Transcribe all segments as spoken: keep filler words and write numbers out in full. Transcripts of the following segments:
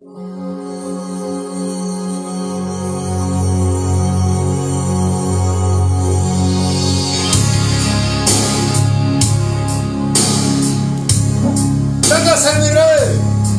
¡Véngase, mi rey!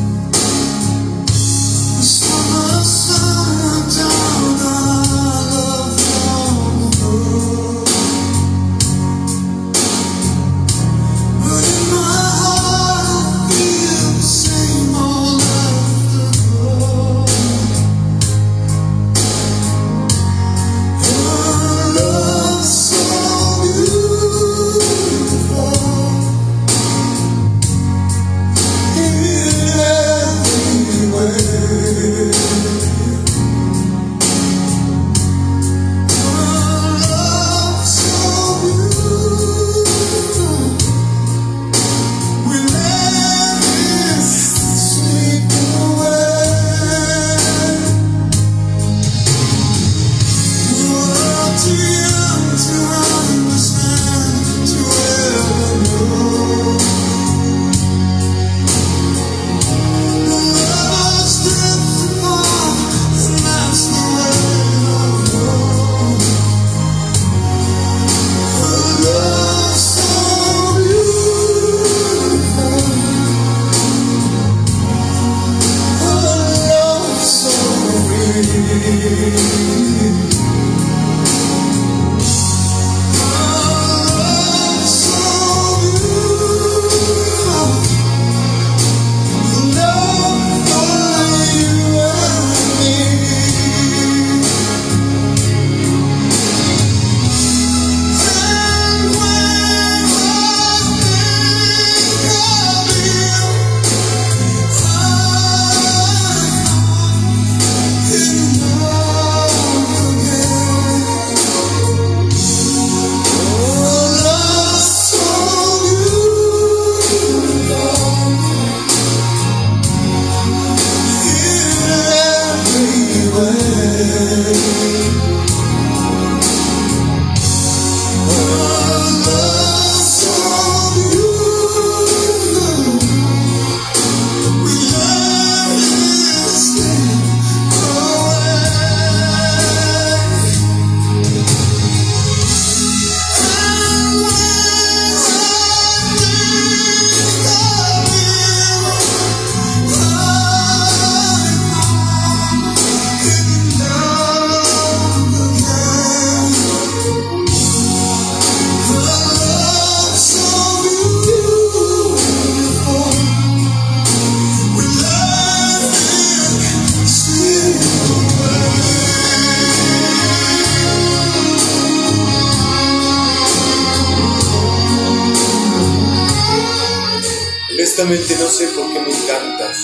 Honestamente no sé por qué me encantas,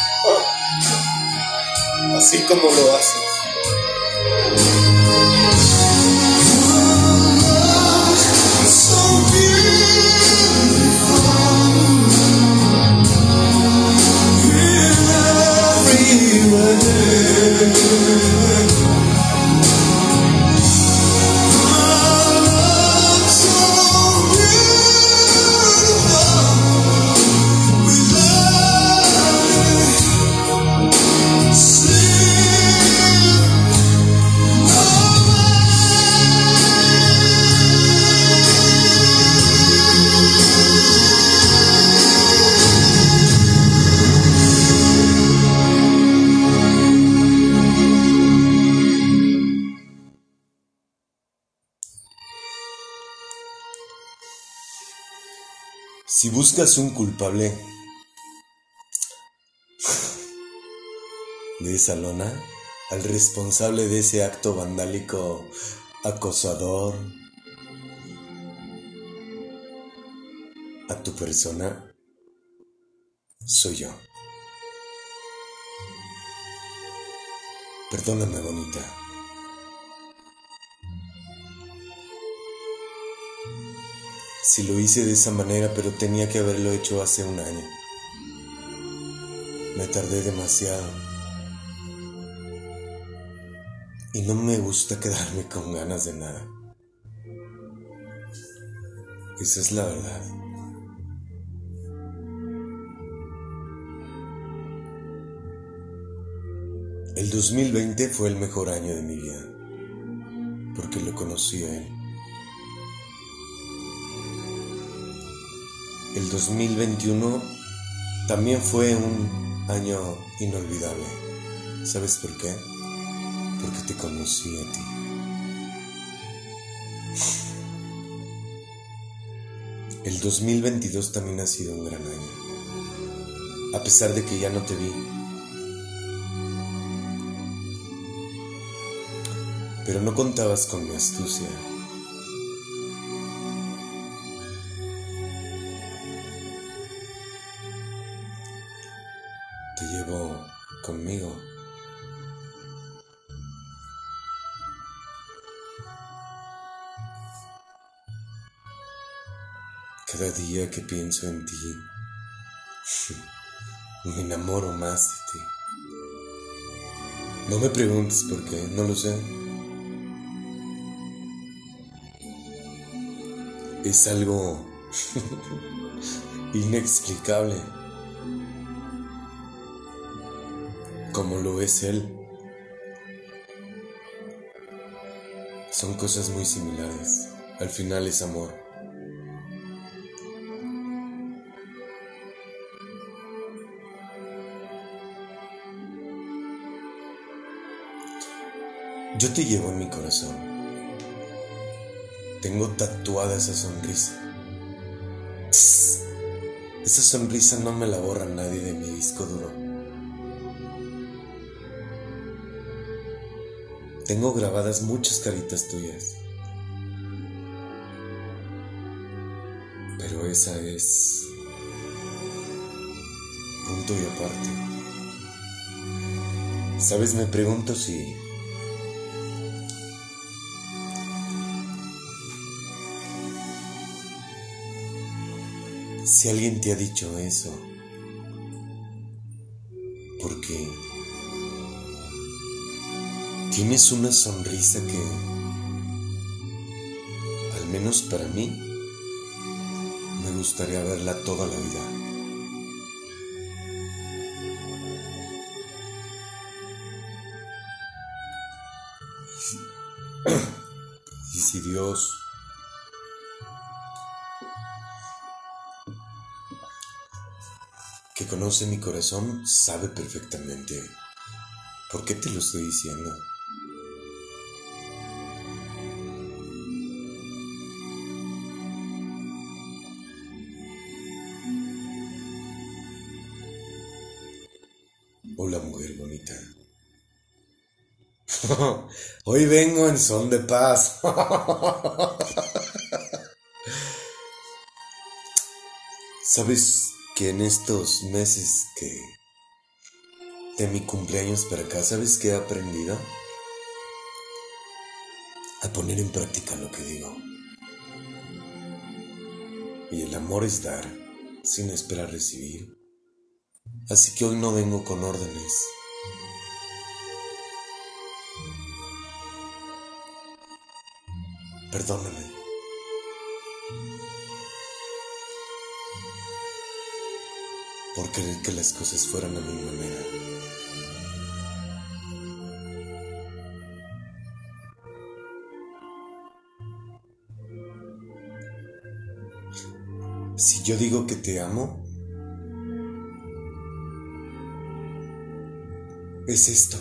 oh, así como lo haces. Si buscas un culpable de esa lona, al responsable de ese acto vandálico, acosador, a tu persona, soy yo. Perdóname, bonita. Si lo hice de esa manera, pero tenía que haberlo hecho hace un año. Me tardé demasiado. Y no me gusta quedarme con ganas de nada. Esa es la verdad. El dos mil veinte fue el mejor año de mi vida, porque lo conocí a él. El dos mil veintiuno también fue un año inolvidable. ¿Sabes por qué? Porque te conocí a ti. El dos mil veintidós también ha sido un gran año, a pesar de que ya no te vi. Pero no contabas con mi astucia. Te llevo conmigo. Cada día que pienso en ti, me enamoro más de ti. No me preguntes por qué, no lo sé. Es algo inexplicable, como lo es él. Son cosas muy similares. Al final es amor. Yo te llevo en mi corazón. Tengo tatuada esa sonrisa. Tss, esa sonrisa no me la borra nadie de mi disco duro. Tengo grabadas muchas caritas tuyas, pero esa es punto y aparte. ¿Sabes? Me pregunto si Si alguien te ha dicho eso, porque tienes una sonrisa que, al menos para mí, me gustaría verla toda la vida. Y si Dios que conoce mi corazón sabe perfectamente por qué te lo estoy diciendo. Hola, mujer bonita. Hoy vengo en son de paz. ¿Sabes que en estos meses que de mi cumpleaños para acá, ¿sabes qué he aprendido? A poner en práctica lo que digo. Y el amor es dar, sin esperar recibir. Así que hoy no vengo con órdenes. Perdóname. Por querer que las cosas fueran a mi manera. Si yo digo que te amo, es esto.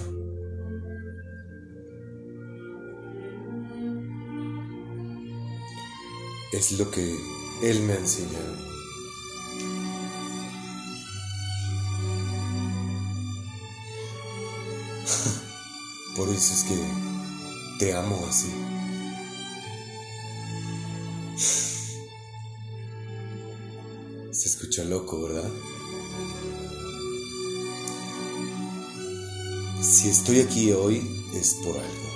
Es lo que él me ha enseñado. Por eso es que te amo así. Se escucha loco, ¿verdad? Si estoy aquí hoy es por algo.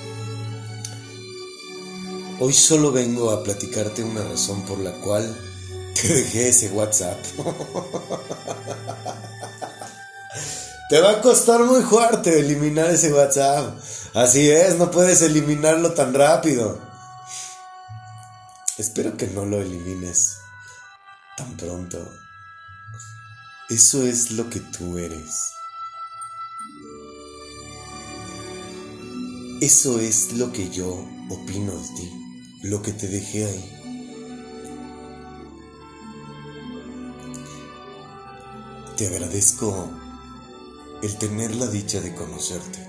Hoy solo vengo a platicarte una razón por la cual te dejé ese WhatsApp. Te va a costar muy fuerte eliminar ese WhatsApp. Así es, no puedes eliminarlo tan rápido. Espero que no lo elimines tan pronto. Eso es lo que tú eres. Eso es lo que yo opino de ti, lo que te dejé ahí. Te agradezco el tener la dicha de conocerte.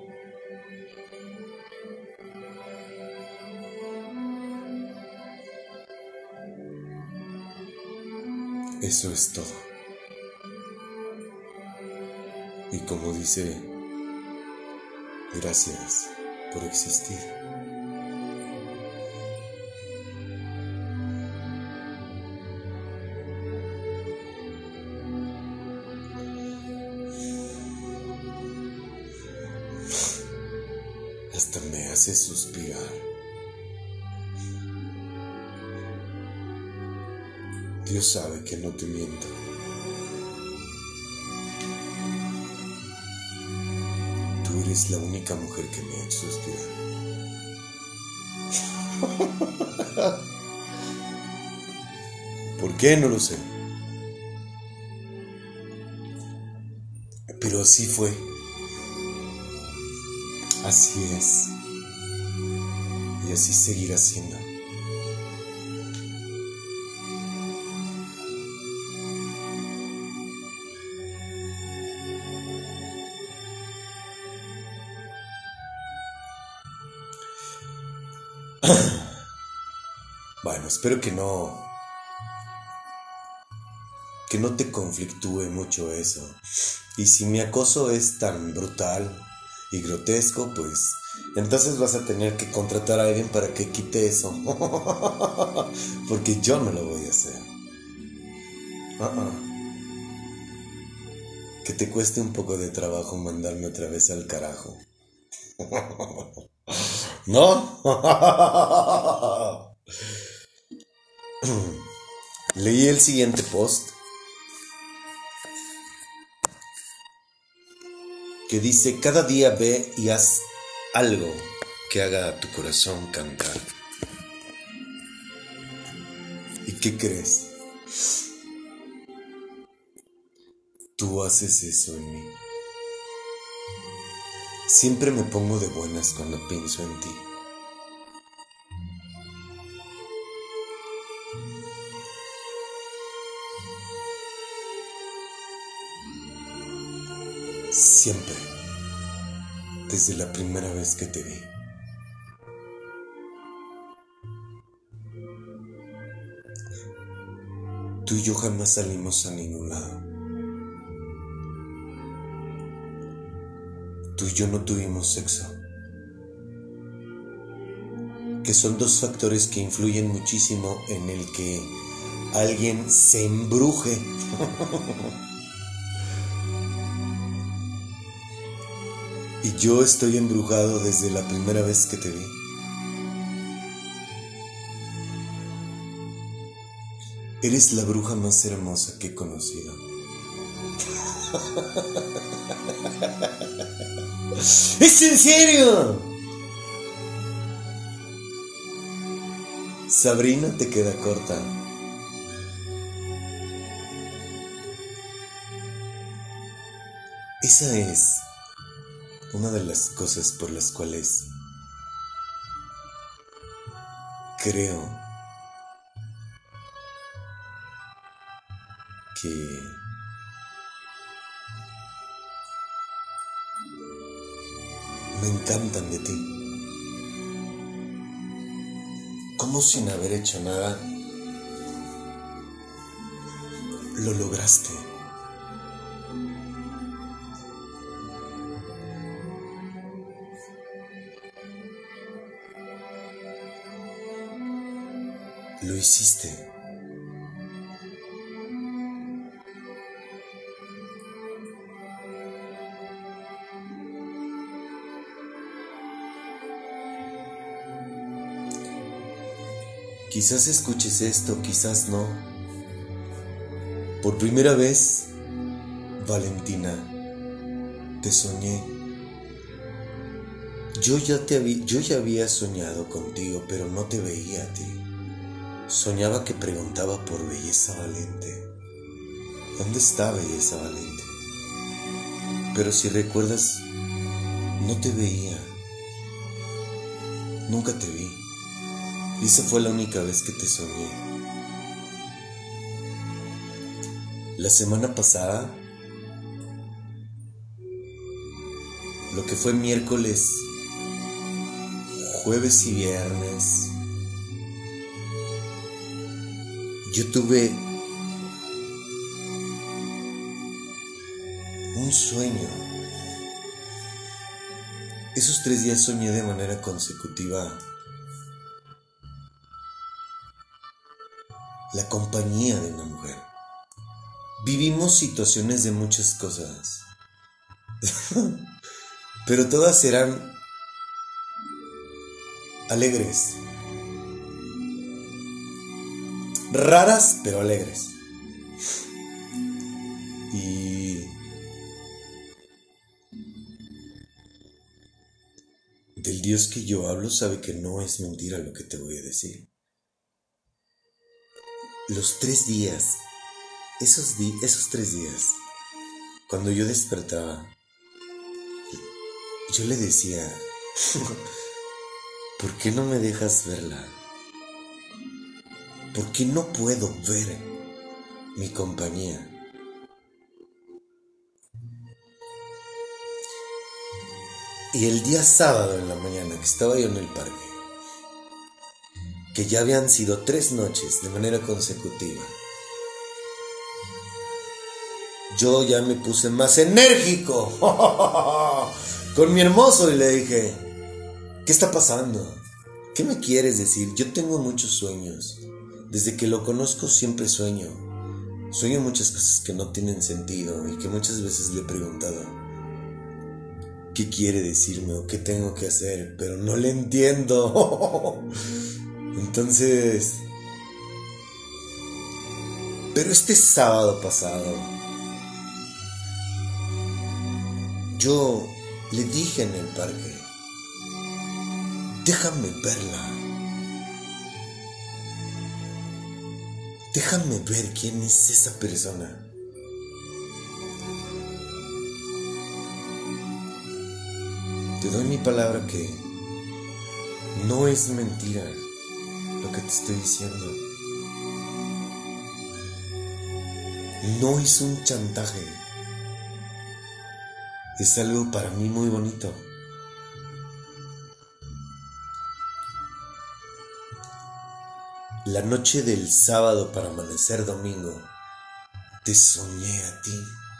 Eso es todo. Y como dice, gracias por existir. Hasta me hace suspirar. Dios sabe que no te miento. Tú eres la única mujer que me ha hecho suspirar. ¿Por qué? No lo sé. Pero así fue. Así es. Y así seguirá siendo. Bueno, espero que no que no te conflictúe mucho eso. Y si mi acoso es tan brutal y grotesco, pues entonces vas a tener que contratar a alguien para que quite eso. Porque yo no lo voy a hacer. Uh-uh. Que te cueste un poco de trabajo mandarme otra vez al carajo. ¿No? Leí el siguiente post que dice: cada día ve y haz algo que haga a tu corazón cantar. ¿Y qué crees? Tú haces eso en mí. Siempre me pongo de buenas cuando pienso en ti. Siempre, desde la primera vez que te vi. Tú y yo jamás salimos a ningún lado. Tú y yo no tuvimos sexo, que son dos factores que influyen muchísimo en el que alguien se embruje. Y yo estoy embrujado desde la primera vez que te vi. Eres la bruja más hermosa que he conocido. ¡Es en serio! Sabrina te queda corta. Esa es una de las cosas por las cuales creo que me encantan de ti. Como sin haber hecho nada, lo lograste. Lo hiciste. Quizás escuches esto, quizás no. Por primera vez, Valentina, te soñé. Yo ya, te había, yo ya había soñado contigo, pero no te veía a ti. Soñaba que preguntaba por Belleza Valiente. ¿Dónde está Belleza Valiente? Pero si recuerdas, no te veía. nunca te vi. Y esa fue la única vez que te soñé. La semana pasada, lo que fue miércoles, jueves y viernes, yo tuve un sueño. Esos tres días soñé de manera consecutiva la compañía de una mujer. Vivimos situaciones de muchas cosas, pero todas eran alegres, raras pero alegres. Y del Dios que yo hablo sabe que no es mentira lo que te voy a decir. Los tres días, esos, di- esos tres días, cuando yo despertaba, yo le decía, ¿por qué no me dejas verla? ¿Por qué no puedo ver mi compañía? Y el día sábado en la mañana que estaba yo en el parque, que ya habían sido tres noches de manera consecutiva, yo ya me puse más enérgico con mi hermoso y le dije, ¿qué está pasando? ¿Qué me quieres decir? Yo tengo muchos sueños. Desde que lo conozco siempre sueño. Sueño muchas cosas que no tienen sentido y que muchas veces le he preguntado qué quiere decirme o qué tengo que hacer, pero no le entiendo. Entonces, pero este sábado pasado, yo le dije en el parque, déjame verla. Déjame ver quién es esa persona. Te doy mi palabra que no es mentira lo que te estoy diciendo. No es un chantaje. Es algo para mí muy bonito. La noche del sábado para amanecer domingo, te soñé a ti.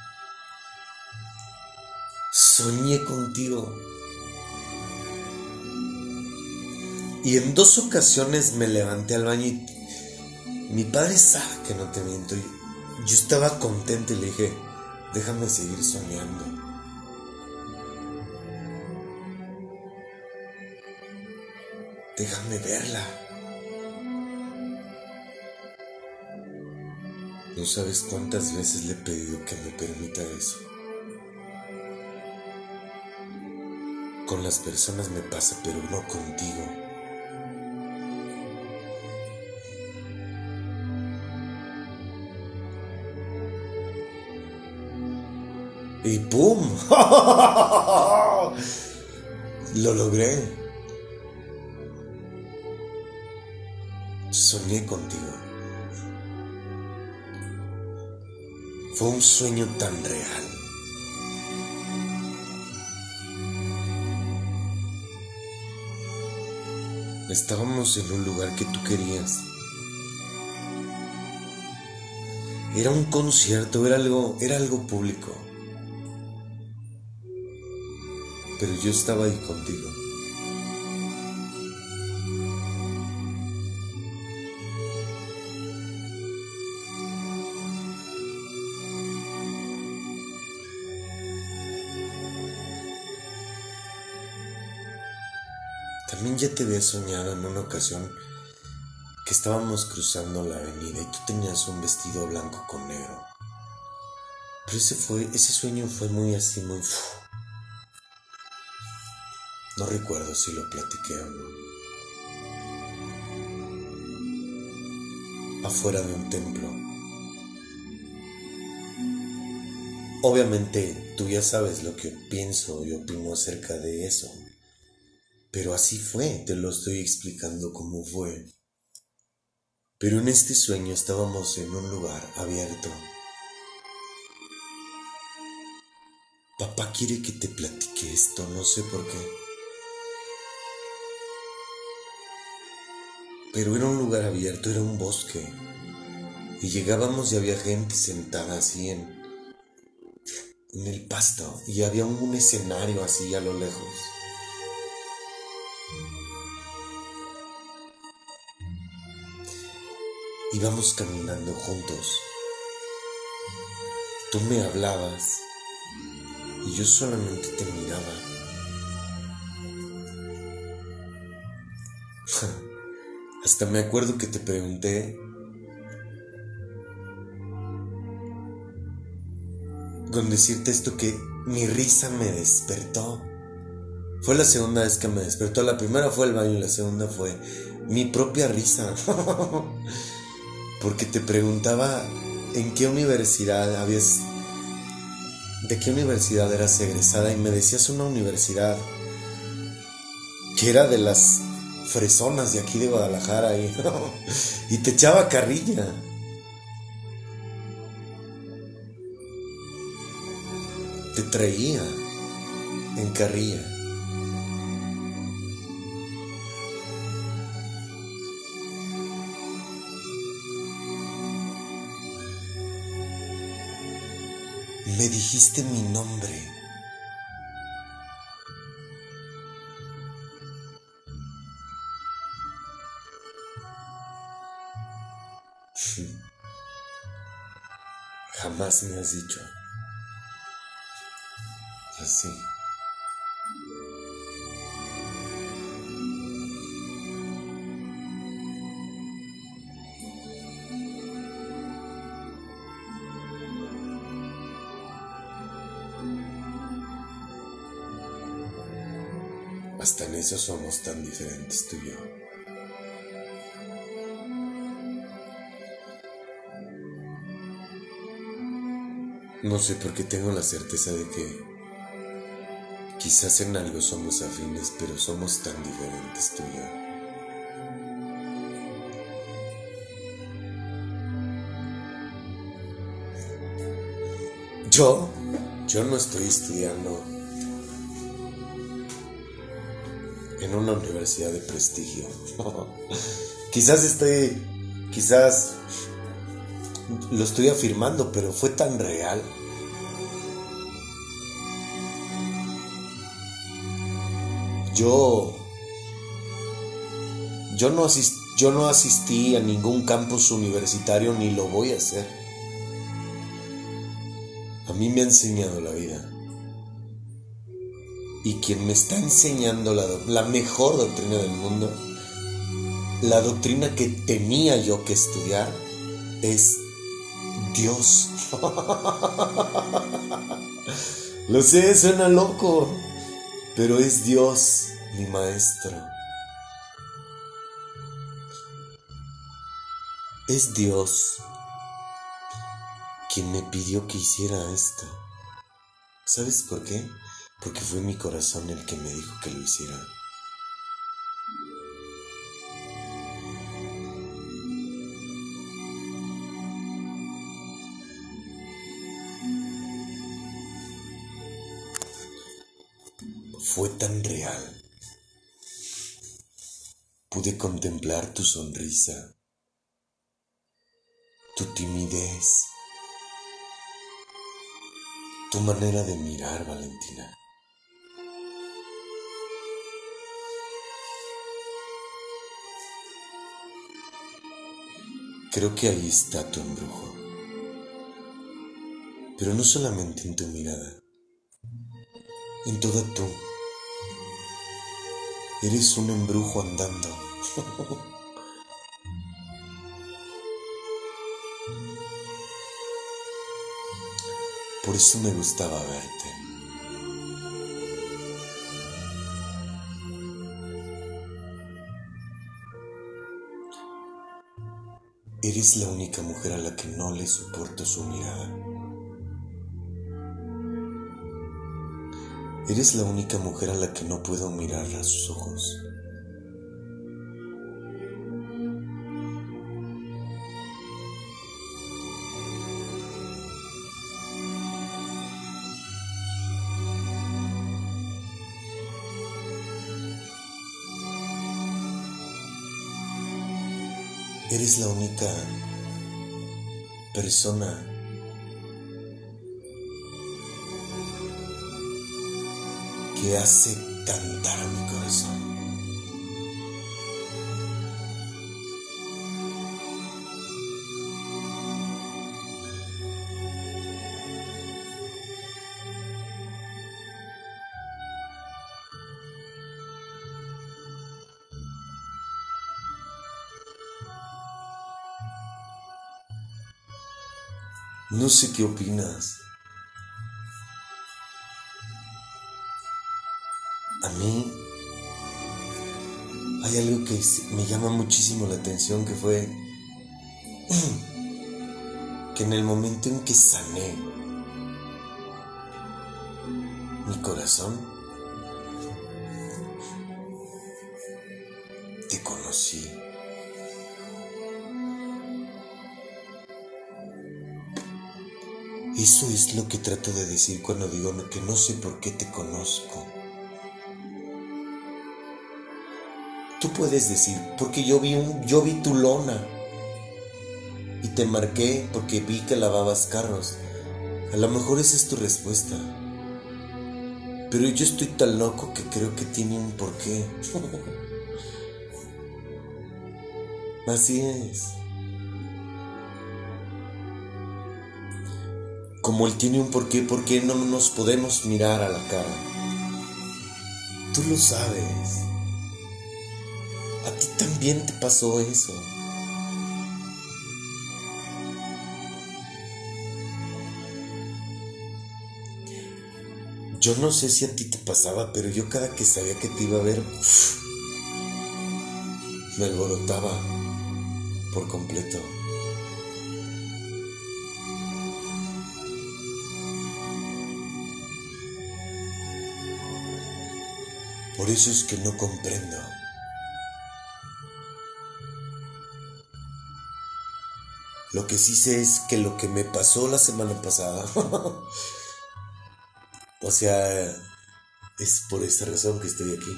Soñé contigo. Y en dos ocasiones me levanté al baño y mi padre sabe que no te miento. Yo estaba contento y le dije, déjame seguir soñando. Déjame verla. No sabes cuántas veces le he pedido que me permita eso. Con las personas me pasa, pero no contigo. Y ¡pum! Lo logré. Soñé contigo. Fue un sueño tan real. Estábamos en un lugar que tú querías. Era un concierto, era algo, era algo público. Pero yo estaba ahí contigo. También ya te había soñado en una ocasión que estábamos cruzando la avenida y tú tenías un vestido blanco con negro. Pero ese fue, ese sueño fue muy así, muy... Uf. No recuerdo si lo platiqué o no. Afuera de un templo. Obviamente tú ya sabes lo que pienso y opino acerca de eso. Pero así fue, te lo estoy explicando cómo fue. Pero en este sueño estábamos en un lugar abierto. Papá quiere que te platique esto, no sé por qué. Pero era un lugar abierto, era un bosque. Y llegábamos y había gente sentada así en, en el pasto. Y había un, un escenario así a lo lejos. Íbamos caminando juntos. Tú me hablabas y yo solamente te miraba. Hasta me acuerdo que te pregunté con decirte esto, que mi risa me despertó. Fue la segunda vez que me despertó. La primera fue el baño y la segunda fue mi propia risa. Porque te preguntaba en qué universidad habías, de qué universidad eras egresada, y me decías una universidad que era de las fresonas de aquí de Guadalajara y, y te echaba carrilla. Te traía en carrilla. Me dijiste mi nombre. Jamás me has dicho así. Hasta en eso somos tan diferentes tú y yo. No sé por qué tengo la certeza de que quizás en algo somos afines, pero somos tan diferentes tú y yo. Yo, yo no estoy estudiando en una universidad de prestigio. Quizás estoy, quizás lo estoy afirmando, pero fue tan real. Yo, yo no asist, yo no asistí a ningún campus universitario ni lo voy a hacer. A mí me ha enseñado la vida. Y quien me está enseñando la, la mejor doctrina del mundo, la doctrina que tenía yo que estudiar, es Dios. Lo sé, suena loco, pero es Dios mi maestro. Es Dios quien me pidió que hiciera esto. ¿Sabes por qué? Porque fue mi corazón el que me dijo que lo hiciera. Fue tan real. Pude contemplar tu sonrisa, tu timidez, tu manera de mirar, Valentina. Creo que ahí está tu embrujo. Pero no solamente en tu mirada, en toda tú. Eres un embrujo andando. Por eso me gustaba verte. Eres la única mujer a la que no le soporto su mirada. Eres la única mujer a la que no puedo mirar a sus ojos. Eres la única persona que hace cantar a mi corazón. No sé qué opinas. A mí hay algo que me llama muchísimo la atención, que fue que en el momento en que sané mi corazón, te conocí. Eso es lo que trato de decir cuando digo que no sé por qué te conozco. Tú puedes decir, porque yo vi, un, yo vi tu lona y te marqué porque vi que lavabas carros. A lo mejor esa es tu respuesta. Pero yo estoy tan loco que creo que tiene un porqué. Así es. Como él tiene un porqué, ¿por qué no nos podemos mirar a la cara? Tú lo sabes. A ti también te pasó eso. Yo no sé si a ti te pasaba, pero yo cada que sabía que te iba a ver, uf, me alborotaba por completo. Por eso es que no comprendo. Lo que sí sé es que lo que me pasó la semana pasada, o sea, es por esta razón que estoy aquí.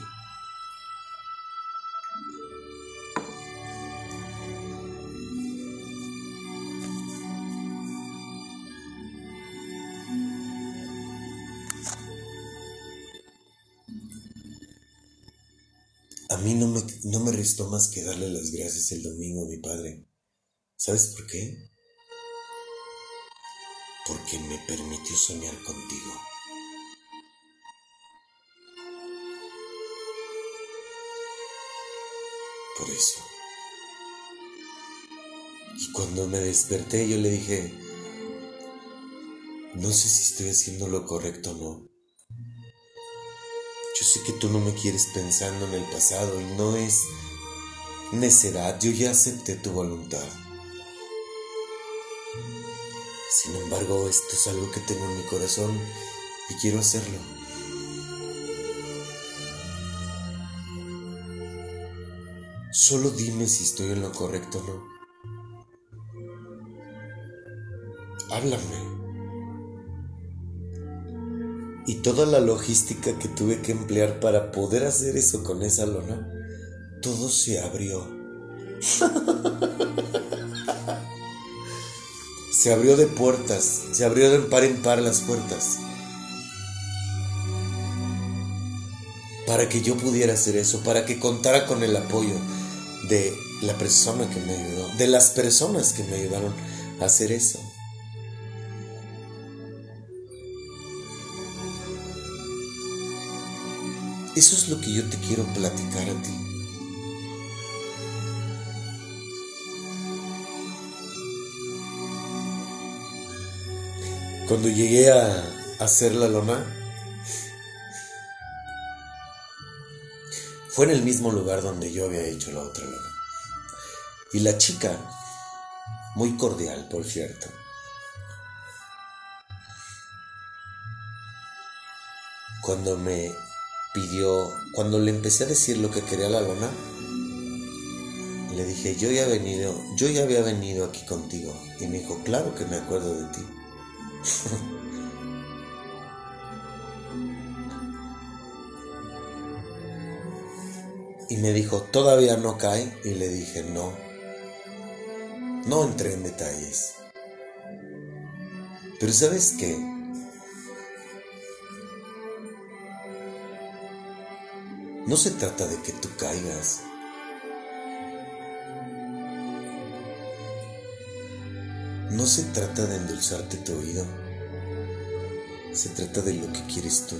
A mí no me, no me restó más que darle las gracias el domingo a mi padre. ¿Sabes por qué? Porque me permitió soñar contigo. Por eso. Y cuando me desperté yo le dije, no sé si estoy haciendo lo correcto o no. Yo sé que tú no me quieres pensando en el pasado y no es necedad, yo ya acepté tu voluntad. Sin embargo, esto es algo que tengo en mi corazón y quiero hacerlo. Solo dime si estoy en lo correcto o no. Háblame. Y toda la logística que tuve que emplear para poder hacer eso con esa lona, todo se abrió. Se abrió de puertas, se abrió de par en par las puertas. Para que yo pudiera hacer eso, para que contara con el apoyo de la persona que me ayudó, de las personas que me ayudaron a hacer eso. Eso es lo que yo te quiero platicar a ti. Cuando llegué a hacer la lona, fue en el mismo lugar donde yo había hecho la otra lona. Y la chica, muy cordial, por cierto, cuando me pidió, cuando le empecé a decir lo que quería la lona, le dije, yo ya he venido, yo ya había venido aquí contigo. Y me dijo, claro que me acuerdo de ti. Y me dijo, ¿todavía no cae? Y le dije, no. No entré en detalles. Pero ¿sabes qué? No se trata de que tú caigas. No se trata de endulzarte tu oído. Se trata de lo que quieres tú.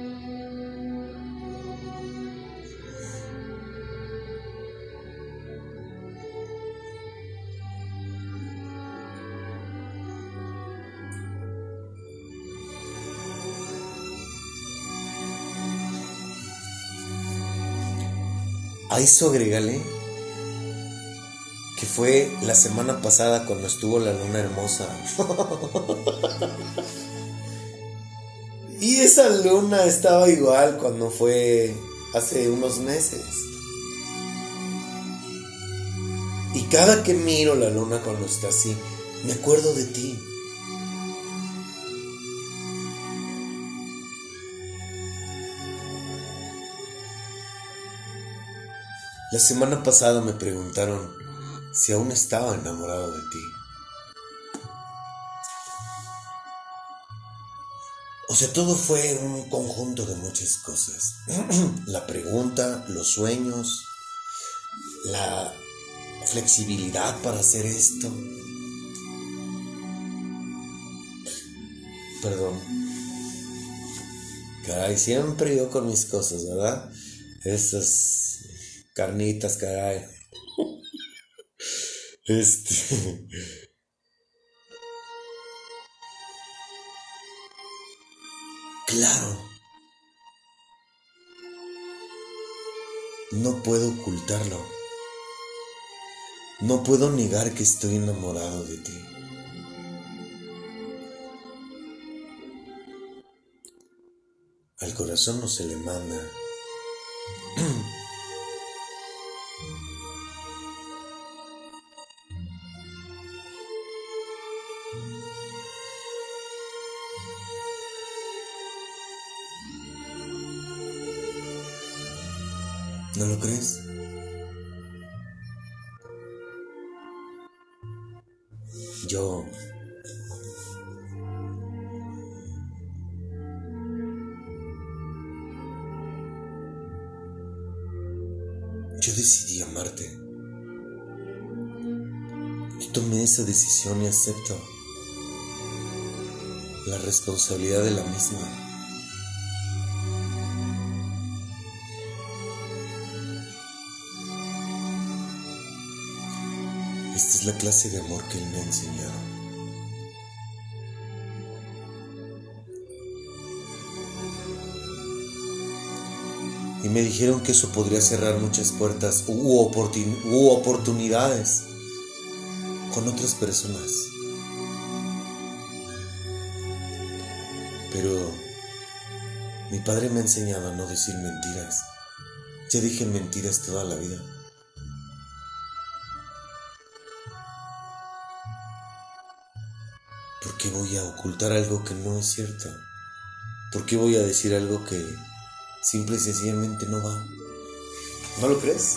A eso agrégale que fue la semana pasada cuando estuvo la luna hermosa. Y esa luna estaba igual cuando fue hace unos meses. Y cada que miro la luna cuando está así, me acuerdo de ti. La semana pasada me preguntaron si aún estaba enamorado de ti. O sea, todo fue un conjunto de muchas cosas. La pregunta, los sueños, la flexibilidad para hacer esto. Perdón. Caray, siempre yo con mis cosas, ¿verdad? Esas carnitas, caray. Este. Claro. No puedo ocultarlo. No puedo negar que estoy enamorado de ti. Al corazón no se le manda. ¿No lo crees? Yo... Yo decidí amarte. Yo tomé esa decisión y acepto la responsabilidad de la misma. Esta es la clase de amor que él me ha enseñado. Y me dijeron que eso podría cerrar muchas puertas u, oportun, u oportunidades con otras personas. Pero mi padre me ha enseñado a no decir mentiras. Ya dije mentiras toda la vida. ¿Por qué voy a ocultar algo que no es cierto? ¿Por qué voy a decir algo que simple y sencillamente no va? ¿No lo crees?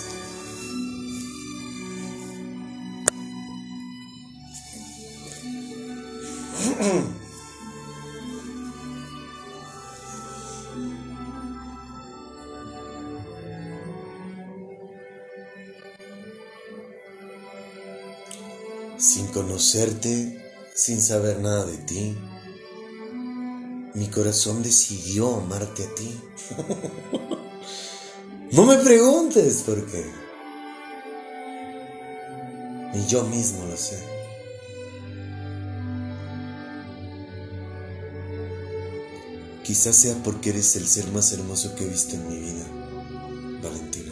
Sin conocerte, sin saber nada de ti, mi corazón decidió amarte a ti. No me preguntes por qué. Ni yo mismo lo sé. Quizás sea porque eres el ser más hermoso que he visto en mi vida, Valentina.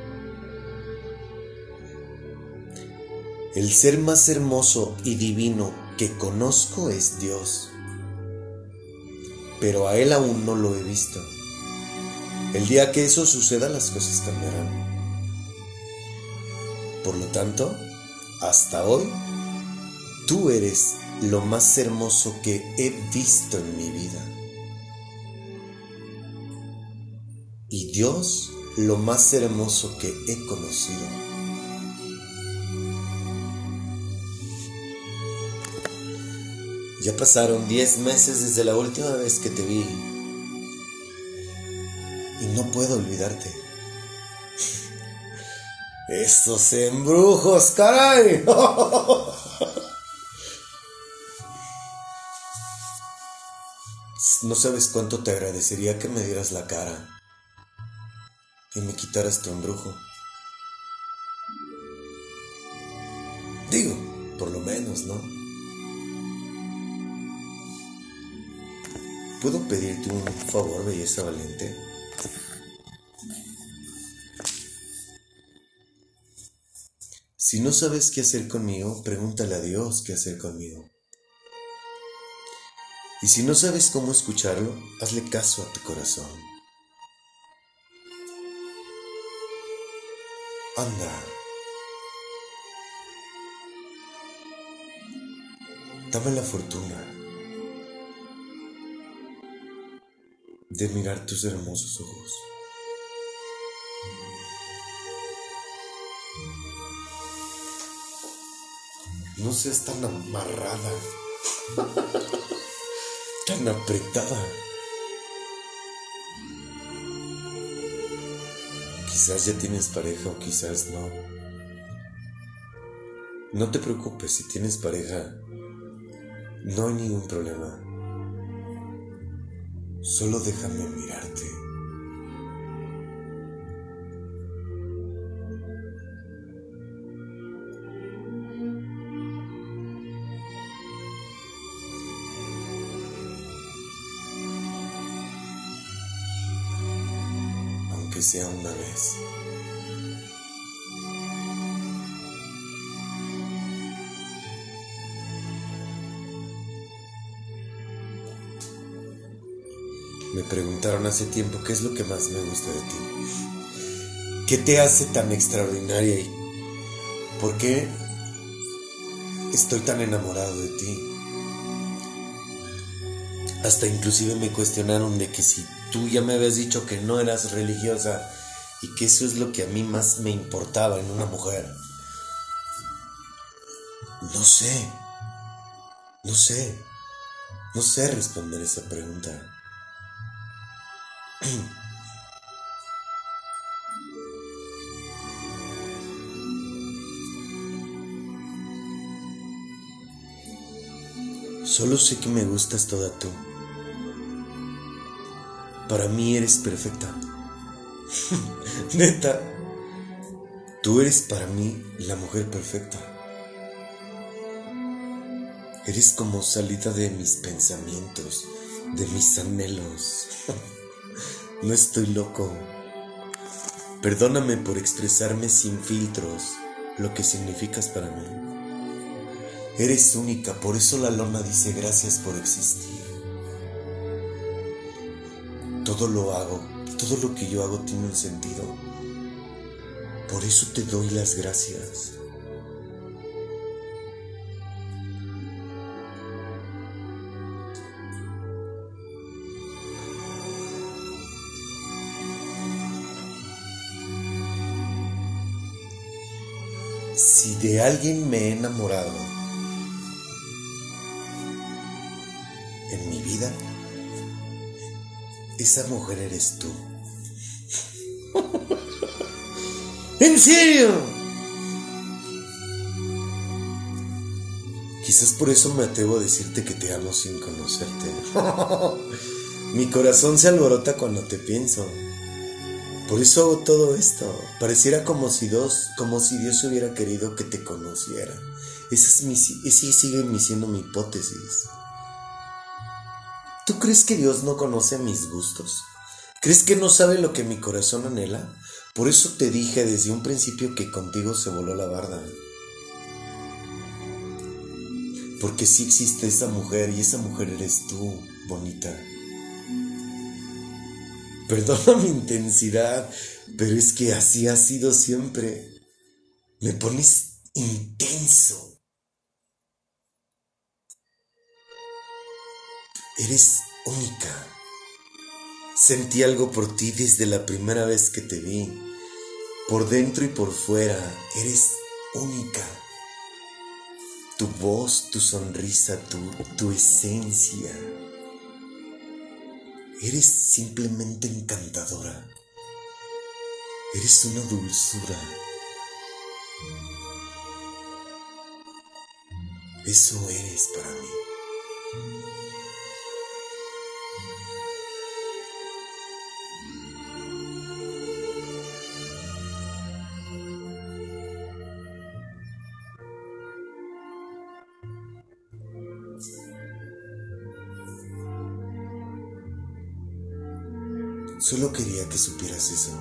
El ser más hermoso y divino que conozco es Dios. pero a él aún no lo he visto. El día que eso suceda, las cosas cambiarán. Por lo tanto, hasta hoy, tú eres lo más hermoso que he visto en mi vida. Y Dios, lo más hermoso que he conocido. Ya pasaron diez meses desde la última vez que te vi. Y no puedo olvidarte. ¡Estos embrujos, caray! No sabes cuánto te agradecería que me dieras la cara y me quitaras tu embrujo. Digo, por lo menos, ¿no? ¿Puedo pedirte un favor, belleza valiente? Si no sabes qué hacer conmigo, pregúntale a Dios qué hacer conmigo. Y si no sabes cómo escucharlo, hazle caso a tu corazón. Anda. Dame la fortuna de mirar tus hermosos ojos. No seas tan amarrada, tan apretada. Quizás ya tienes pareja o quizás no. No te preocupes, si tienes pareja, no hay ningún problema. Solo déjame mirarte. Aunque sea una vez. Me preguntaron hace tiempo qué es lo que más me gusta de ti. ¿Qué te hace tan extraordinaria y por qué estoy tan enamorado de ti? Hasta inclusive me cuestionaron de que si tú ya me habías dicho que no eras religiosa y que eso es lo que a mí más me importaba en una mujer. No sé, no sé, no sé responder esa pregunta. Solo sé que me gustas toda tú. Para mí eres perfecta. Neta, tú eres para mí la mujer perfecta. Eres como salida de mis pensamientos, de mis anhelos. No estoy loco. Perdóname por expresarme sin filtros lo que significas para mí. Eres única, por eso la lona dice gracias por existir. Todo lo hago, todo lo que yo hago tiene un sentido. Por eso te doy las gracias. Si de alguien me he enamorado en mi vida, esa mujer eres tú. ¿En serio? Quizás por eso me atrevo a decirte que te amo sin conocerte. Mi corazón se alborota cuando te pienso. Por eso hago todo esto. Pareciera como si Dios, como si Dios hubiera querido que te conociera. Esa es mi, esa sigue siendo mi hipótesis. ¿Tú crees que Dios no conoce mis gustos? ¿Crees que no sabe lo que mi corazón anhela? Por eso te dije desde un principio que contigo se voló la barda. Porque sí existe esa mujer y esa mujer eres tú, bonita. Perdona mi intensidad, pero es que así ha sido siempre. Me pones intenso. Eres única. Sentí algo por ti desde la primera vez que te vi. Por dentro y por fuera, eres única. Tu voz, tu sonrisa, tu, tu esencia. Eres simplemente encantadora. Eres una dulzura. Eso eres para mí. Solo quería que supieras eso.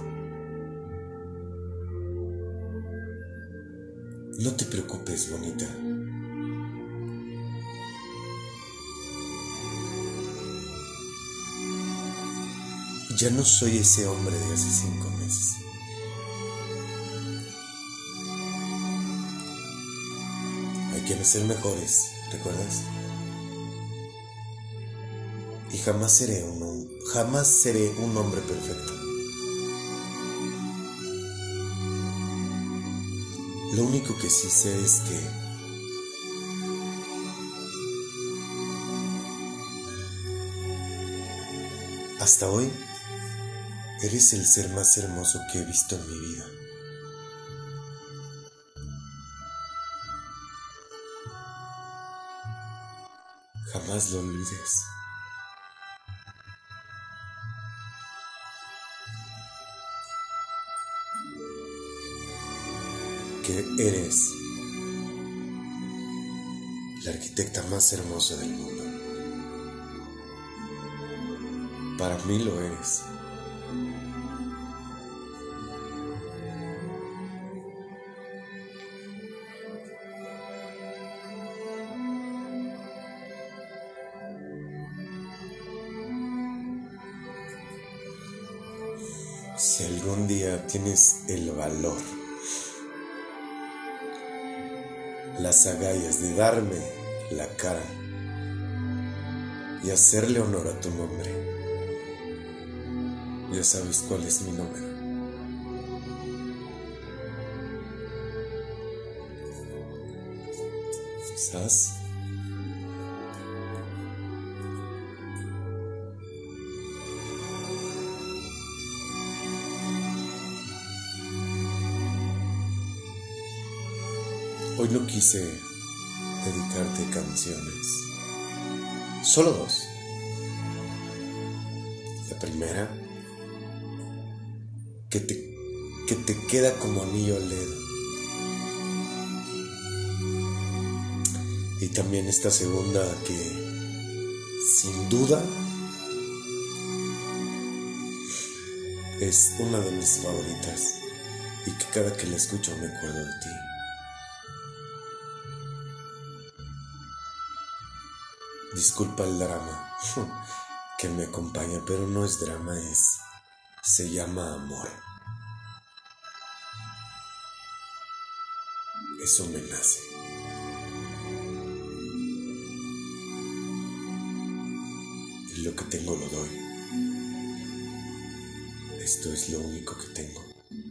No te preocupes, bonita. Ya no soy ese hombre de hace cinco meses. Hay que ser mejores, ¿recuerdas? Y jamás seré un, jamás seré un hombre perfecto. Lo único que sí sé es que hasta hoy eres el ser más hermoso que he visto en mi vida. Jamás lo olvides. Que eres la arquitecta más hermosa del mundo. Para mí lo eres. Si algún día tienes el valor, las agallas de darme la cara y hacerle honor a tu nombre, ya sabes cuál es mi número. ¿Sabes? Hoy no quise dedicarte canciones, solo dos. La primera, que te, que te queda como anillo al dedo. Y también esta segunda que, sin duda, es una de mis favoritas y que cada que la escucho me acuerdo de ti. Disculpa el drama que me acompaña, pero no es drama, es... se llama amor. Eso me nace. Y lo que tengo lo doy. Esto es lo único que tengo.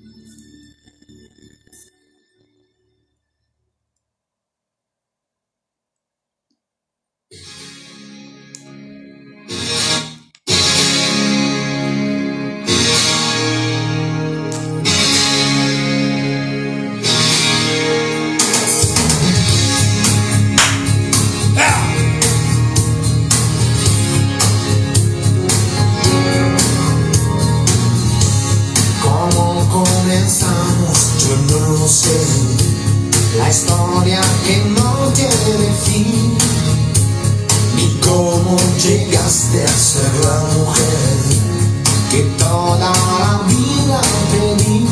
La historia que no tiene fin, ni cómo llegaste a ser la mujer que toda la vida pedí.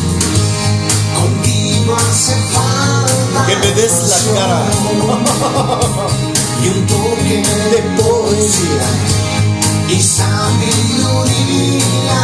Contigo hace falta que me des la cara y un toque de poesía y sabiduría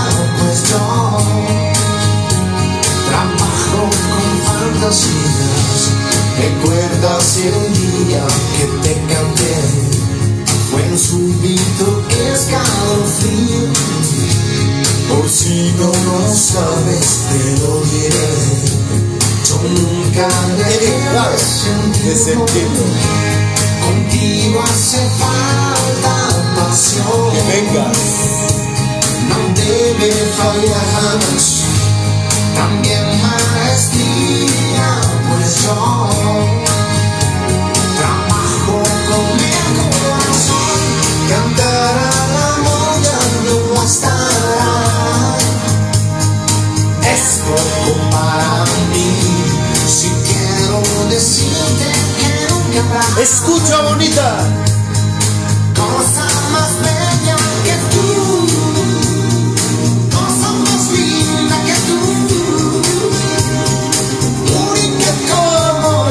sabes, te lo diré. Yo nunca dejé de sentirlo. Contigo hace falta pasión. Que vengas. No debe fallar jamás. También maestría, pues yo trabajo con el corazón. Cantar al amor ya no bastará. Es poco para mí. Si quiero decirte que nunca habrá Escucha, bonita. cosa más bella que tú, cosa más linda que tú, única como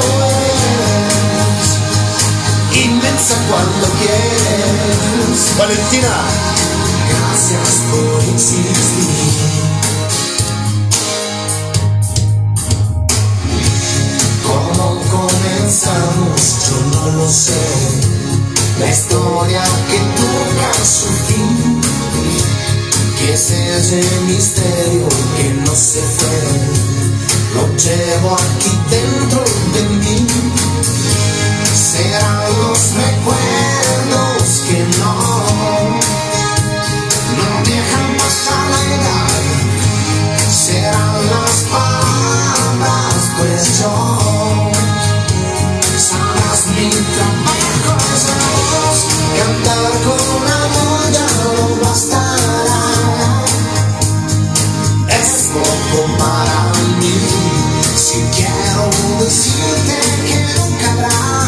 eres, inmensa cuando quieres. Valentina. Gracias por existir. ¿Cómo comenzamos? Yo no lo sé. La historia que toca su fin, que es ese misterio que no se fue, lo llevo aquí dentro de mí. Serán los recuerdos que no, no dejan pasar la edad. Serán las palabras, pues yo, sabrás mi trabajo es la voz. Cantar con amor ya no bastará. Es poco para mí. Si quiero decirte que nunca habrá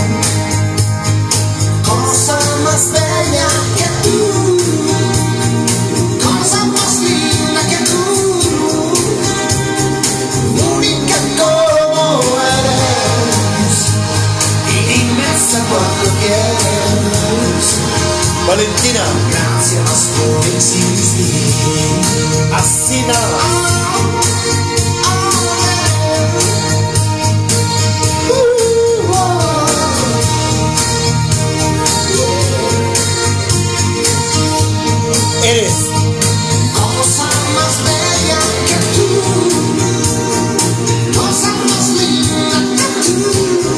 cosa más bella que tú, cosa más linda que tú, única como eres, inmensa cuando quieres. Valentina. Gracias por existir. Así nada. Eres Cosa más bella que tú, cosa más linda que tú,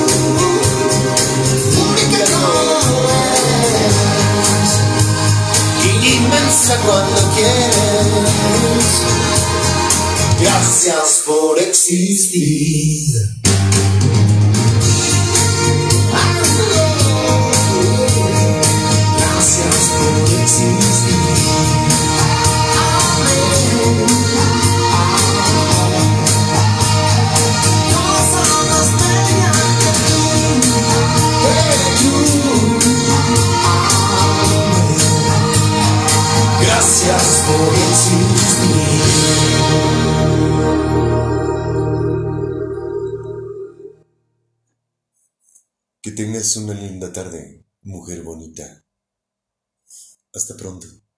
única como eres, inmensa cuando quieres. Gracias por existir. Gracias por existir. Gracias por existir. Que tengas una linda tarde, mujer bonita. Hasta pronto.